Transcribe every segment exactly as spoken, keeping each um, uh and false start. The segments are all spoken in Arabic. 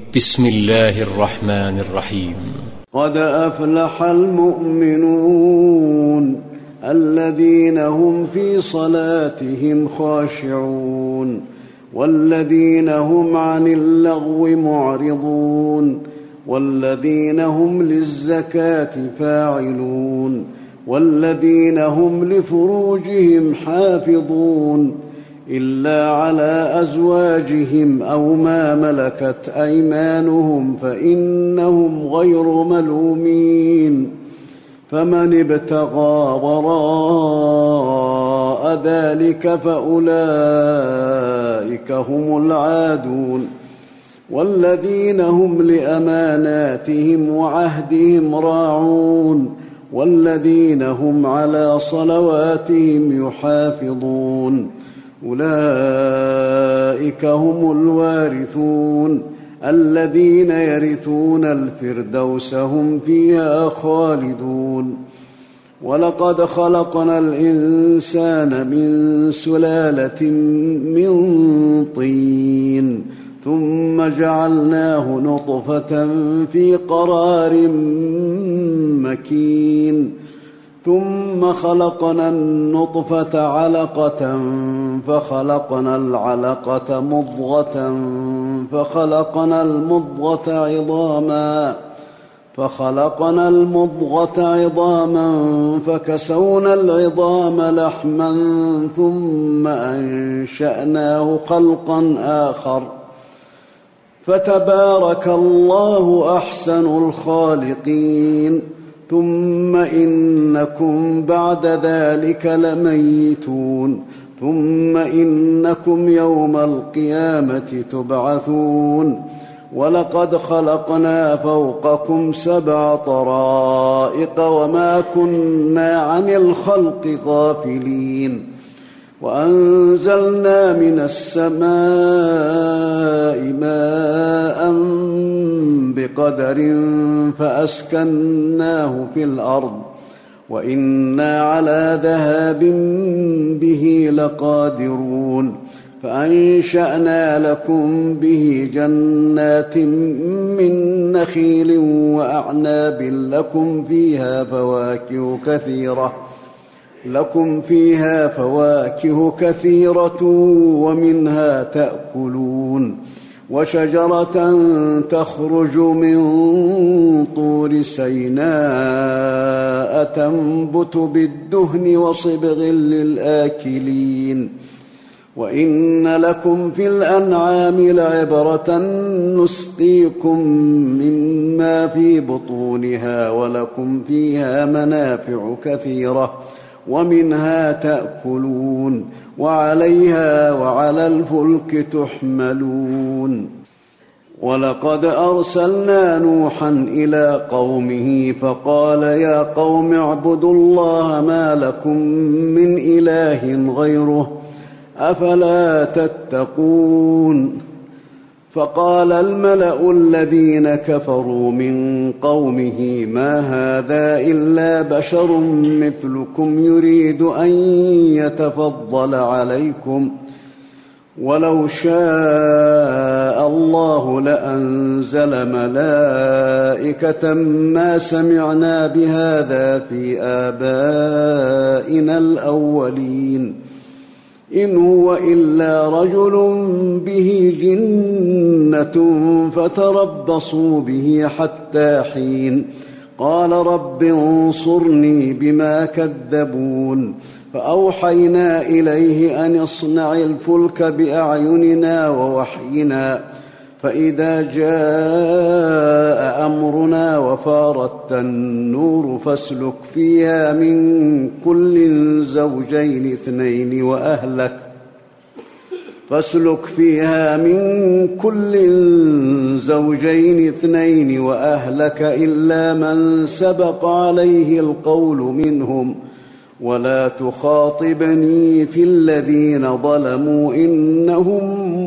بسم الله الرحمن الرحيم. قد أفلح المؤمنون الذين هم في صلاتهم خاشعون والذين هم عن اللغو معرضون والذين هم للزكاة فاعلون والذين هم لفروجهم حافظون إلا على أزواجهم أو ما ملكت أيمانهم فإنهم غير ملومين فمن ابتغى وراء ذلك فأولئك هم العادون والذين هم لأماناتهم وعهدهم راعون والذين هم على صلواتهم يحافظون أولئك هم الوارثون الذين يرثون الفردوس هم فيها خالدون. ولقد خلقنا الإنسان من سلالة من طين ثم جعلناه نطفة في قرار مكين ثم خلقنا النطفة علقة فخلقنا العلقة مضغة فخلقنا المضغة عظاما فخلقنا المضغة عظاما فكسونا العظام لحما ثم أنشأناه خلقا آخر فتبارك الله أحسن الخالقين. ثم إنكم بعد ذلك لميتون ثم إنكم يوم القيامة تبعثون. ولقد خلقنا فوقكم سبع طرائق وما كنا عن الخلق غافلين وأنزلنا من السماء ماء بقدر فأسكناه في الأرض وإنا على ذهاب به لقادرون. فأنشأنا لكم به جنات من نخيل وأعناب لكم فيها فواكه كثيرة لكم فيها فواكه كثيرة ومنها تأكلون وشجرة تخرج من طور سيناء تنبت بالدهن وصبغ للآكلين. وإن لكم في الأنعام لعبرة نسقيكم مما في بطونها ولكم فيها منافع كثيرة ومنها تأكلون وعليها وعلى الفلك تحملون. ولقد أرسلنا نوحا إلى قومه فقال يا قوم اعبدوا الله ما لكم من إله غيره أفلا تتقون. فقال الملأ الذين كفروا من قومه ما هذا إلا بشر مثلكم يريد أن يتفضل عليكم ولو شاء الله لأنزل ملائكة ما سمعنا بهذا في آبائنا الأولين إن هو إلا رجل به جنة فتربصوا به حتى حين. قال رب انصرني بما كذبون. فأوحينا إليه أن اصنع الفلك بأعيننا ووحينا فإذا جاء أمرنا وفارت النور فاسلك فيها من كل زوجين اثنين وأهلك فاسلك فيها من كل زوجين اثنين وأهلك إلا من سبق عليه القول منهم ولا تخاطبني في الذين ظلموا إنهم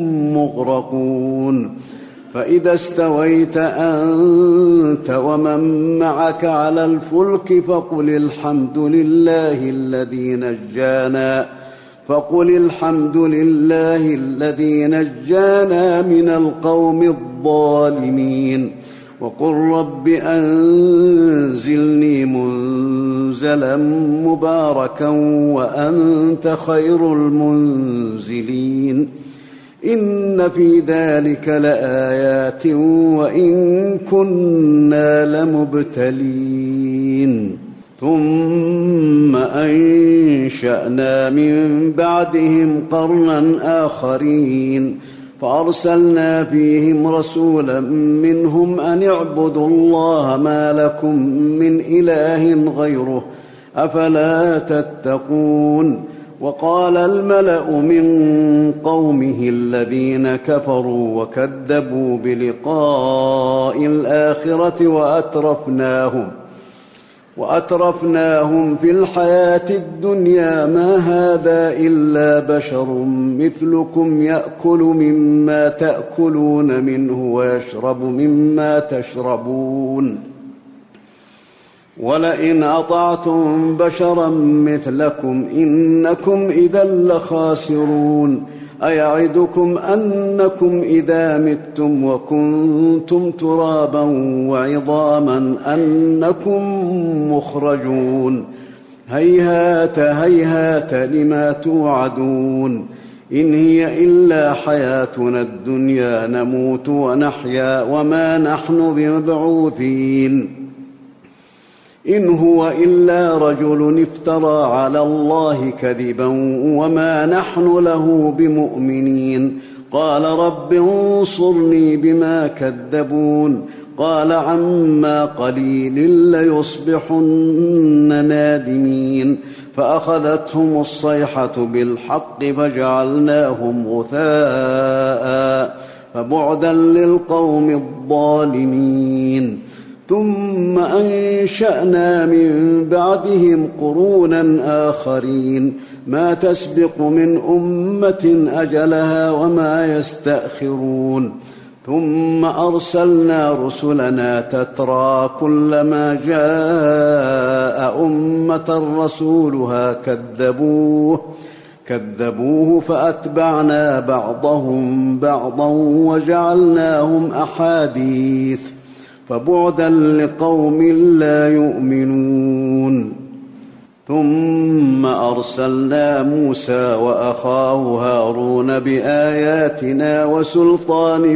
مغرقون. فإذا استويت أنت ومن معك على الفلك فقل الحمد لله الذي نجانا فقل الحمد لله الذي نجانا من القوم الظالمين الظالمين وقل رب أنزلني منزلا مباركا وأنت خير المنزلين إن في ذلك لآيات وإن كنا لمبتلين ثم أنشأنا من بعدهم قرنا آخرين فأرسلنا فيهم رسولا منهم أن اعبدوا الله ما لكم من إله غيره أفلا تتقون وقال الملأ من قومه الذين كفروا وكذبوا بلقاء الآخرة وأترفناهم وأترفناهم في الحياة الدنيا ما هذا إلا بشر مثلكم يأكل مما تأكلون منه ويشرب مما تشربون ولئن أطعتم بشرا مثلكم إنكم إذا لخاسرون أيعدكم أنكم إذا متم وكنتم ترابا وعظاما أنكم مخرجون هيهات هيهات لما توعدون إن هي إلا حياتنا الدنيا نموت ونحيا وما نحن بمبعوثين إن هو إلا رجل افترى على الله كذبا وما نحن له بمؤمنين قال رب انصرني بما كذبون قال عما قليل ليصبحن نادمين فأخذتهم الصيحة بالحق فجعلناهم غثاء فبعدا للقوم الظالمين ثم أنشأنا من بعدهم قرونا آخرين ما تسبق من أمة أجلها وما يستأخرون ثم أرسلنا رسلنا تترى كلما جاء أمة رسولها كذبوه كذبوه فأتبعنا بعضهم بعضا وجعلناهم أحاديث فبعدا لقوم لا يؤمنون ثم أرسلنا موسى وأخاه هارون بآياتنا وسلطان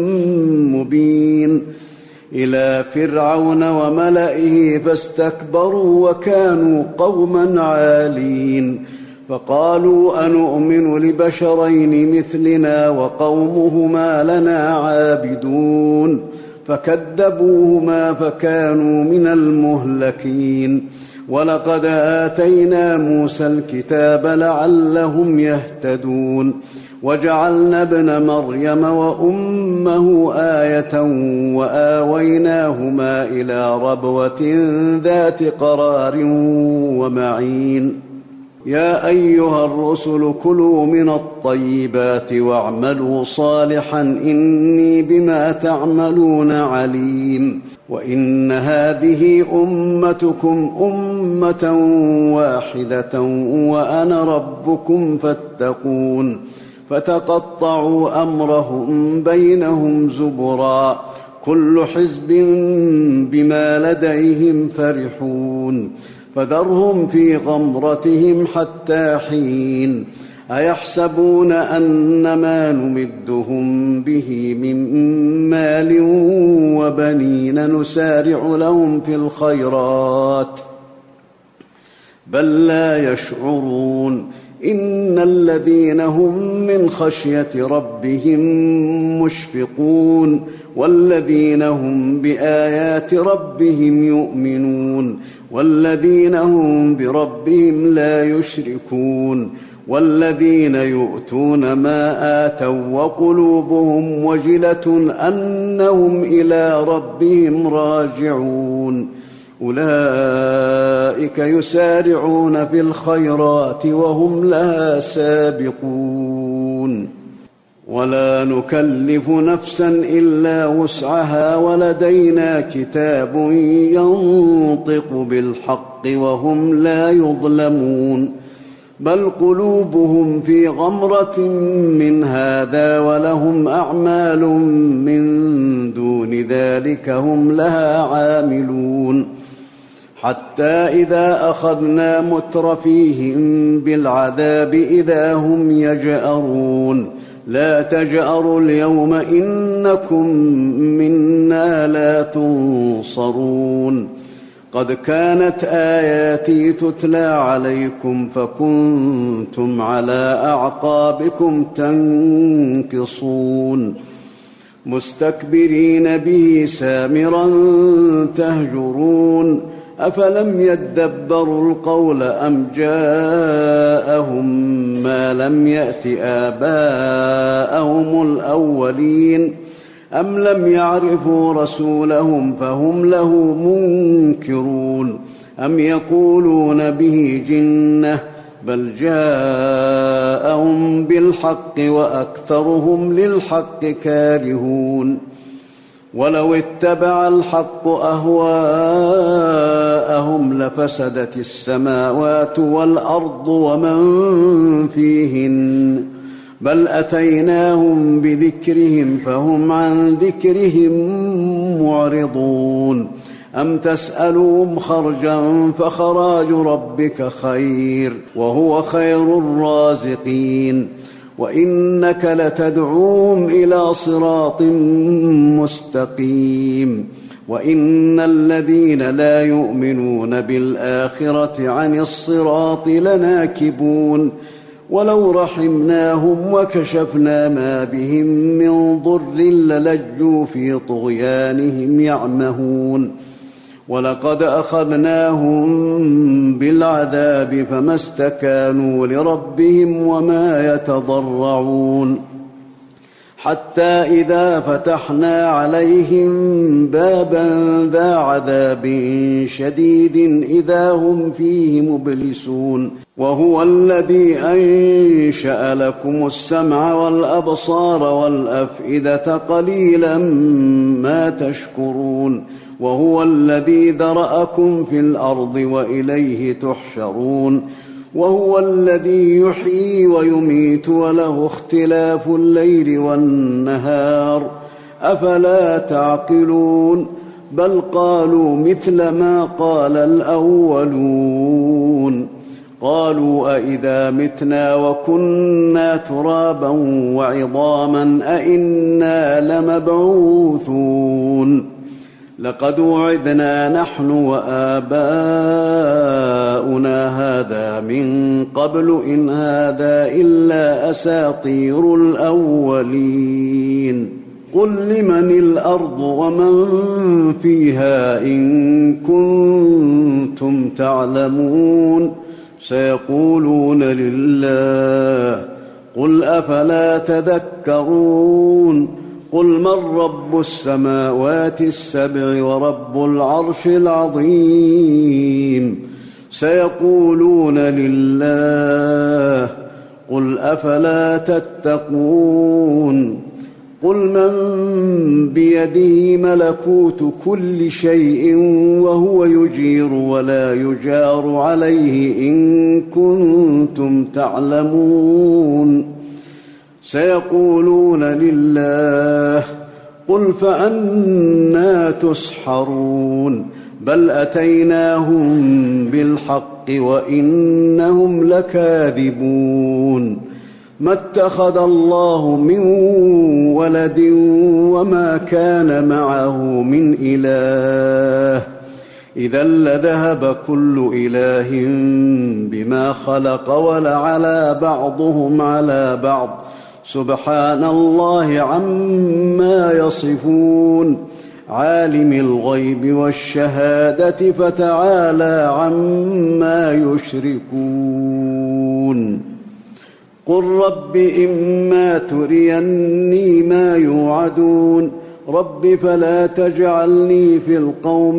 مبين إلى فرعون وملئه فاستكبروا وكانوا قوما عالين فقالوا أنؤمن لبشرين مثلنا وقومهما لنا عابدون فكذبوهما فكانوا من المهلكين ولقد آتينا موسى الكتاب لعلهم يهتدون وجعلنا ابن مريم وأمه آية وآويناهما إلى ربوة ذات قرار ومعين يا أيها الرسل كلوا من الطيبات واعملوا صالحا إني بما تعملون عليم وإن هذه أمتكم أمة واحدة وأنا ربكم فاتقون فتقطعوا أمرهم بينهم زبرا كل حزب بما لديهم فرحون فذرهم في غمرتهم حتى حين أيحسبون أن ما نمدهم به من مال وبنين نسارع لهم في الخيرات بل لا يشعرون إن الذين هم من خشية ربهم مشفقون والذين هم بآيات ربهم يؤمنون والذين هم بربهم لا يشركون والذين يؤتون ما آتوا وقلوبهم وجلة أنهم إلى ربهم راجعون أولئك يسارعون في الخيرات وهم لها سابقون ولا نكلف نفسا إلا وسعها ولدينا كتاب ينطق بالحق وهم لا يظلمون بل قلوبهم في غمرة من هذا ولهم أعمال من دون ذلك هم لها عاملون حتى إذا أخذنا مترفيهم بالعذاب إذا هم يجأرون لا تجأروا اليوم إنكم منا لا تنصرون قد كانت آياتي تتلى عليكم فكنتم على أعقابكم تنكصون مستكبرين به سامرا تهجرون أفلم يدبروا القول أم جاءهم ما لم يأت آباءهم الأولين أم لم يعرفوا رسولهم فهم له منكرون أم يقولون به جنة بل جاءهم بالحق وأكثرهم للحق كارهون ولو اتبع الحق أهواءهم لفسدت السماوات والأرض ومن فيهن بل أتيناهم بذكرهم فهم عن ذكرهم معرضون أم تسألهم خرجا فخراج ربك خير وهو خير الرازقين وإنك لتدعوهم إلى صراط مستقيم وإن الذين لا يؤمنون بالآخرة عن الصراط لناكبون ولو رحمناهم وكشفنا ما بهم من ضر للجوا في طغيانهم يعمهون ولقد أخذناهم بالعذاب فما استكانوا لربهم وما يتضرعون حتى إذا فتحنا عليهم بابا ذا عذاب شديد إذا هم فيه مبلسون وهو الذي أنشأ لكم السمع والأبصار والأفئدة قليلا ما تشكرون وهو الذي ذرأكم في الأرض وإليه تحشرون وهو الذي يحيي ويميت وله اختلاف الليل والنهار أفلا تعقلون بل قالوا مثل ما قال الأولون قالوا أئذا متنا وكنا ترابا وعظاما أئنا لمبعوثون لقد وعدنا نحن وآباؤنا هذا من قبل إن هذا إلا أساطير الأولين قل لمن الأرض ومن فيها إن كنتم تعلمون سيقولون لله قل أفلا تذكرون قل من رب السماوات السبع ورب العرش العظيم سيقولون لله قل أفلا تتقون قل من بيده ملكوت كل شيء وهو يجير ولا يجار عليه إن كنتم تعلمون سيقولون لله قل فأنى تسحرون بل أتيناهم بالحق وإنهم لكاذبون ما اتخذ الله من ولد وما كان معه من إله إذا لذهب كل إله بما خلق ولعلى بعضهم على بعض سبحان الله عما يصفون عالم الغيب والشهادة فتعالى عما يشركون قل رب إما تريني ما يوعدون رب فلا تجعلني في القوم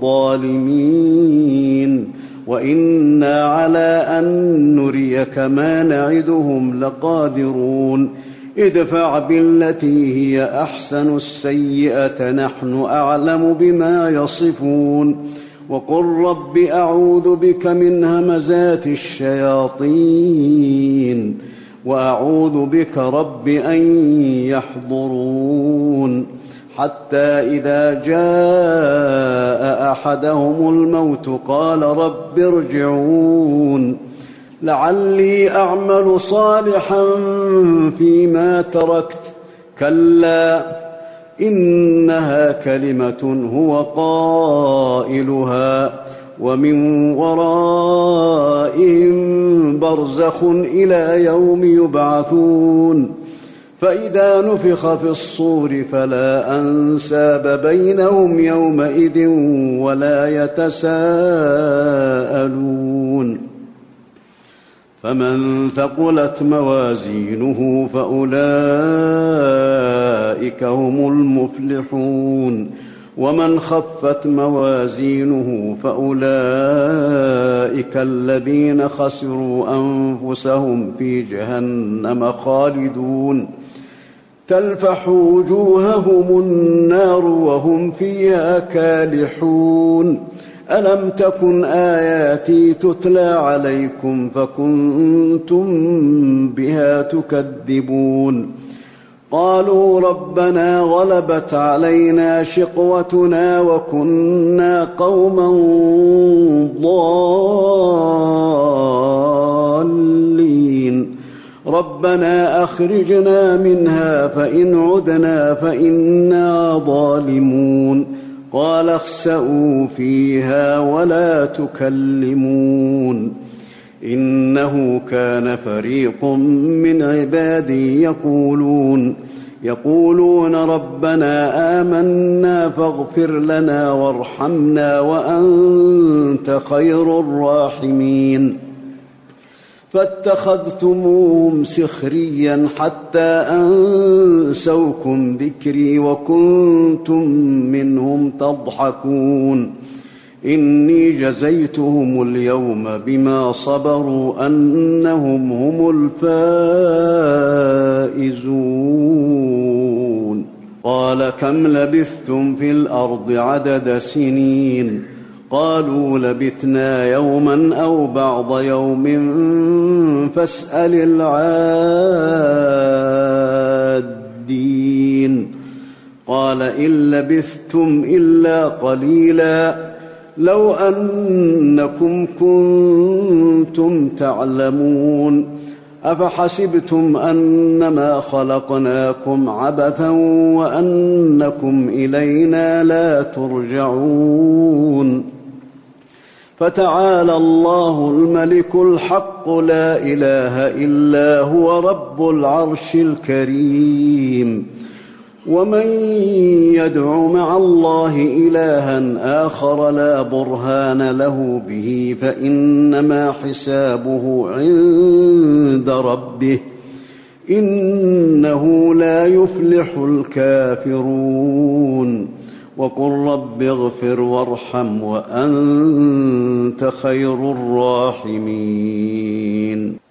الظالمين وإنا على أن نريك ما نعدهم لقادرون ادفع بالتي هي أحسن السيئة نحن أعلم بما يصفون وقل رب أعوذ بك من همزات الشياطين وأعوذ بك رب أن يحضرون حتى إذا جاء أحدهم الموت قال رب ارجعون لعلي أعمل صالحا فيما تركت كلا إنها كلمة هو قائلها ومن ورائهم برزخ إلى يوم يبعثون فإذا نفخ في الصور فلا أنساب بينهم يومئذ ولا يتساءلون فمن ثقلت موازينه فأولئك هم المفلحون ومن خفت موازينه فأولئك الذين خسروا أنفسهم في جهنم خالدون تلفح وجوههم النار وهم فيها كالحون ألم تكن آياتي تتلى عليكم فكنتم بها تكذبون قالوا ربنا غلبت علينا شقوتنا وكنا قوما ضالين ربنا أخرجنا منها فإن عدنا فإنا ظالمون قال اخسئوا فيها ولا تكلمون إنه كان فريق من عبادي يقولون يقولون ربنا آمنا فاغفر لنا وارحمنا وأنت خير الراحمين فاتخذتموهم سخريا حتى أنسوكم ذكري وكنتم منهم تضحكون إني جزيتهم اليوم بما صبروا أنهم هم الفائزون قال كم لبثتم في الأرض عدد سنين قالوا لبثنا يوما أو بعض يوم فاسأل العادين قال إن لبثتم إلا قليلا لو أنكم كنتم تعلمون أفحسبتم أنما خلقناكم عبثا وأنكم إلينا لا ترجعون فتعالى الله الملك الحق لا إله إلا هو رب العرش الكريم ومن يدع مع الله إلها آخر لا برهان له به فإنما حسابه عند ربه إنه لا يفلح الكافرون وقل رب اغفر وارحم وأنت خير الراحمين